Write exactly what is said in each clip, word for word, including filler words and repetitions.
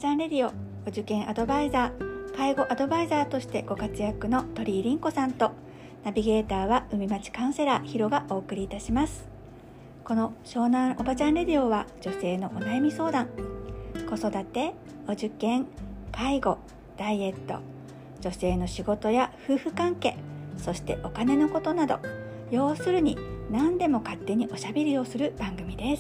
ちゃんレディオ、お受験アドバイザー、介護アドバイザーとしてご活躍の鳥居凛子さんと、ナビゲーターは海町カウンセラーヒロがお送りいたします。この湘南おばちゃんレディオは、女性のお悩み相談、子育て、お受験、介護、ダイエット、女性の仕事や夫婦関係、そしてお金のことなど、要するに何でも勝手におしゃべりをする番組です。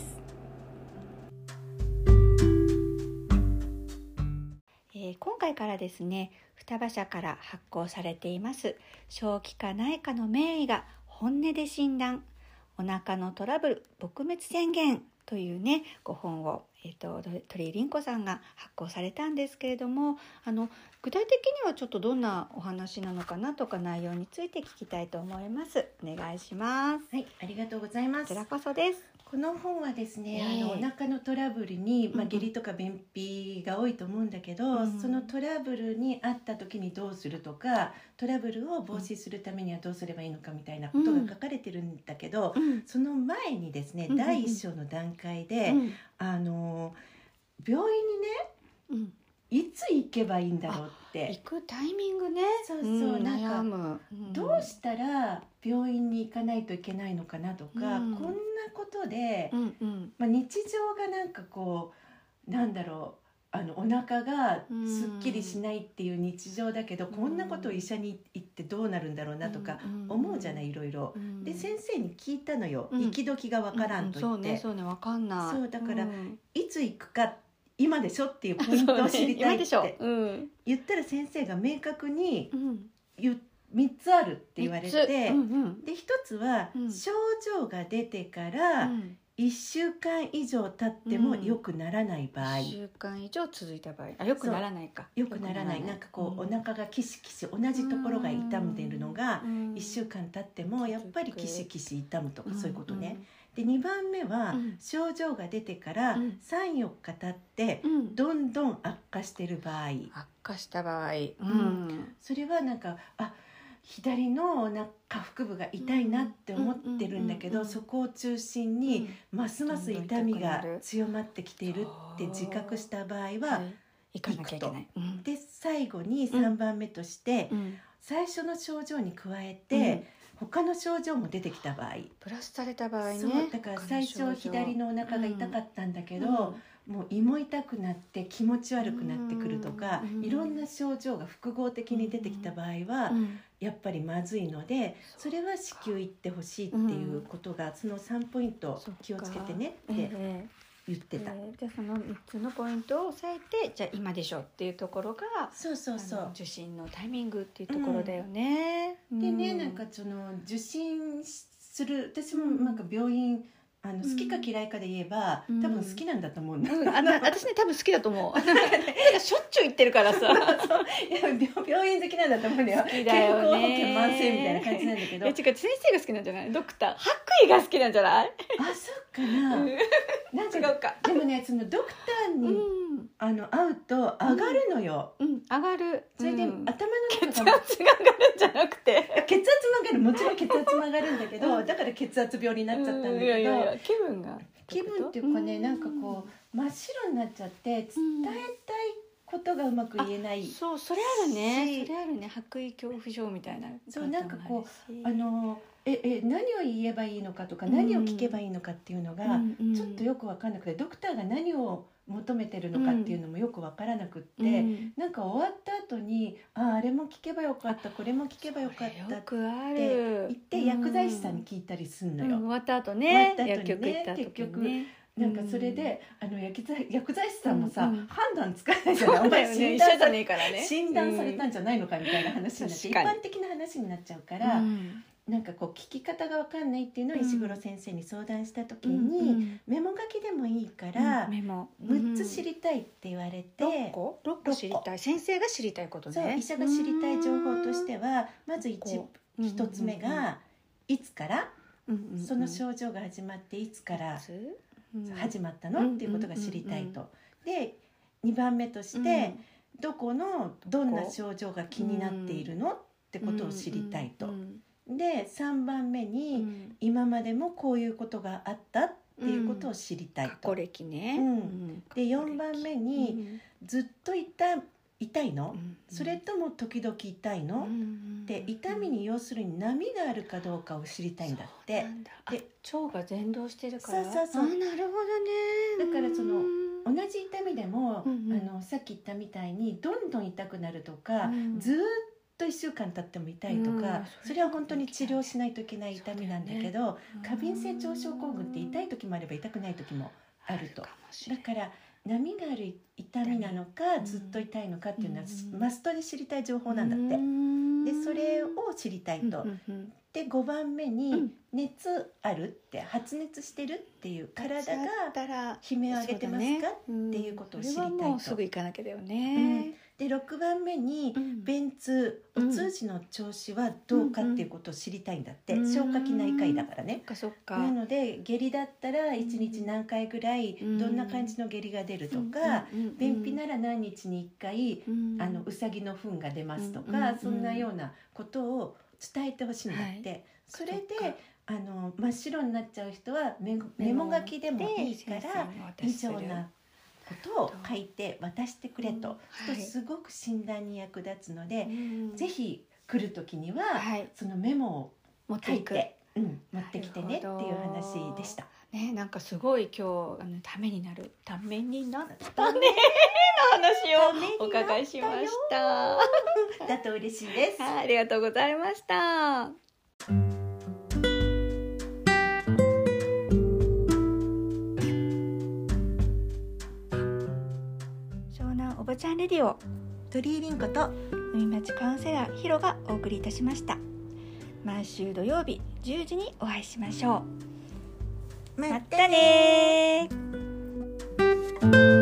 えー、今回からですね、双葉社から発行されています小児科内科の名医が本音で診断、お腹のトラブル撲滅宣言というね、ご本を、えー、と鳥居凛子さんが発行されたんですけれども、あの具体的にはちょっとどんなお話なのかなとか、内容について聞きたいと思います。お願いします。 はい、ありがとうございます。 こちらこそです。 この本はですね、 えー、 あのお腹のトラブルに、まあ、 うんうん下痢とか便秘が多いと思うんだけど、 うん、 そのトラブルにあった時にどうするとか、トラブルを防止するためにはどうすればいいのかみたいなことが書かれてるんだけど、うん、その前にですね、うん、だいいっ章の段階で、うん、あの病院にね、うんいつ行けばいいんだろうって、 行くタイミングね。 そうそう、うん、なんか、うん、どうしたら病院に行かないといけないのかなとか、うん、こんなことで、うんうんまあ、日常がなんかこうなんだろう、あのお腹がすっきりしないっていう日常だけど、うん、こんなことを医者に行ってどうなるんだろうなとか思うじゃない、いろいろ、うん、で先生に聞いたのよ、うん、行き時がわからんと言って、うんうん、そうねそうね、わかんない。 そうだから、うん、いつ行くかって今でしょっていうポイントを知りたいって言ったら、先生が明確にみっつあるって言われて、うんうん、でひとつは症状が出てからいっしゅうかん以上経っても良くならない場合、うん、いっしゅうかん以上続いた場合、あ、良くならないか、 良くならない、なんかこう、うん、お腹がキシキシ同じところが痛んでるのがいっしゅうかん経ってもやっぱりキシキシ痛むとか、そういうことね、うんでにばんめは、うん、症状が出てからさん、よっか経って、うん、どんどん悪化してる場合、 悪化した場合、うんうん、それはなんかあ左のお腹下腹部が痛いなって思ってるんだけど、そこを中心にますます痛みが強まってきているって自覚した場合は、はい、 行かなきゃいけない、 うん、で最後にさんばんめとして、うん、最初の症状に加えて、うん他の症状も出てきた場合、 プラスされた場合ね、 そうだから最初左のお腹が痛かったんだけど、うん、もう胃も痛くなって気持ち悪くなってくるとか、うん、いろんな症状が複合的に出てきた場合は、うん、やっぱりまずいので、それは至急行ってほしいっていうことが、そのさんポイント気をつけてねって、えー言ってた、 えー、じゃあそのみっつのポイントを押さえて、じゃあ今でしょっていうところが、 そうそうそう、 受診のタイミングっていうところだよね、 うん、でね、なんかその受診する、私もなんか病院、あの好きか嫌いかで言えば、うん、多分好きなんだと思うんだ、 うん、あの私ね多分好きだと思うなんかしょっちゅう行ってるからさいや病院好きなんだと思うんだよ。 好きだよね、 健康保険慢性みたいな感じなんだけど、 いや違う、先生が好きなんじゃない、ドクター白衣が好きなんじゃない、 あ、そっかななんか違うか、 でもね、そのドクターに、うん、あの会うと上がるのよ、 うんうん、上がる、 それで、うん、頭の中血圧が上がるんじゃなくて血圧も上がる、もちろん血圧も上がるんだけど、だから血圧病になっちゃったんだけど、うん、いやいやいや、 気分が気分っていうかね、なんかこう真っ白になっちゃって伝えたいことがうまく言えない、 そう、それあるね、それあるね、白衣恐怖症みたいな、 そうなんかこうあのええ何を言えばいいのかとか、何を聞けばいいのかっていうのが、うん、ちょっとよく分かんなくて、ドクターが何を求めてるのかっていうのもよく分からなくって、うん、なんか終わった後にああれも聞けばよかった、これも聞けばよかったって言って薬剤師さんに聞いたりすんのよ、 うん、終わった後ね、 終わった後にね、結局なんかそれで、うん、あの薬剤、薬剤師さんもさ、うんうん、判断つかないじゃない、お前診断され、ね、診断されたんじゃないのかみたいな話になって、うん、一般的な話になっちゃうから、うん、なんかこう聞き方が分かんないっていうのを石黒先生に相談した時に、うん、メモ書きでもいいから、うん、メモむっつ知りたいって言われて、 ろっころっこ知りたい、先生が知りたいことね、 そう、医者が知りたい情報としては、まず 1, 一つ目がいつから、うんうん、その症状が始まっていつから始まったのっていうことが知りたいと、でにばんめとして、うん、どこのどんな症状が気になっているのってことを知りたいと、でさんばんめに、うん、今までもこういうことがあったっていうことを知りたいと、 過去歴ね、 うん、でよんばんめに、 ずっと痛痛いの、 うん、 それとも時々痛いの、うん、で痛みに要するに波があるかどうかを知りたいんだって。 そうなんだ。で腸が前動してるから。 そうそうそう。 あ、なるほどね。 だからその同じ痛みでも、 うんうん、 あのさっき言ったみたいにどんどん痛くなるとか、うん、ずっといっしゅうかん経っても痛いとか、うん、それは本当に治療しないといけない痛みなんだけど、ね、過敏性腸症候群って痛い時もあれば痛くない時もあると。だから波がある痛みなのか、うん、ずっと痛いのかっていうのは、うん、マストで知りたい情報なんだって、うん、でそれを知りたいと、うんうん、でごばんめに熱あるって発熱してるっていう体が悲鳴を上げてますか、ね、っていうことを知りたいと。それはもうすぐ行かなきゃだよね、 うんでろくばんめに便通、うん、お通じの調子はどうかっていうことを知りたいんだって、うん、消化器内科医だからね。 そっかそっか。 なので下痢だったらいちにち何回ぐらいどんな感じの下痢が出るとか、うん、便秘なら何日にいっかい、うん、あのうさぎの糞が出ますとか、うん、そんなようなことを伝えてほしいんだって、はい、それであの真っ白になっちゃう人はメモ、メモ書きでもいいから以上なことを書いて渡してくれと、うんはい、すごく診断に役立つので、うん、ぜひ来る時には、はい、そのメモを書いて、うん、持ってきてねっていう話でした。 ね、なんかすごい今日あのためになるためになったねの話をお伺いしました。 だと嬉しいです。 はい、ありがとうございました。おばちゃんレディオ、 鳥居凛子と海町カウンセラーヒロがお送りいたしました。毎週土曜日じゅうじにお会いしましょう。またねー。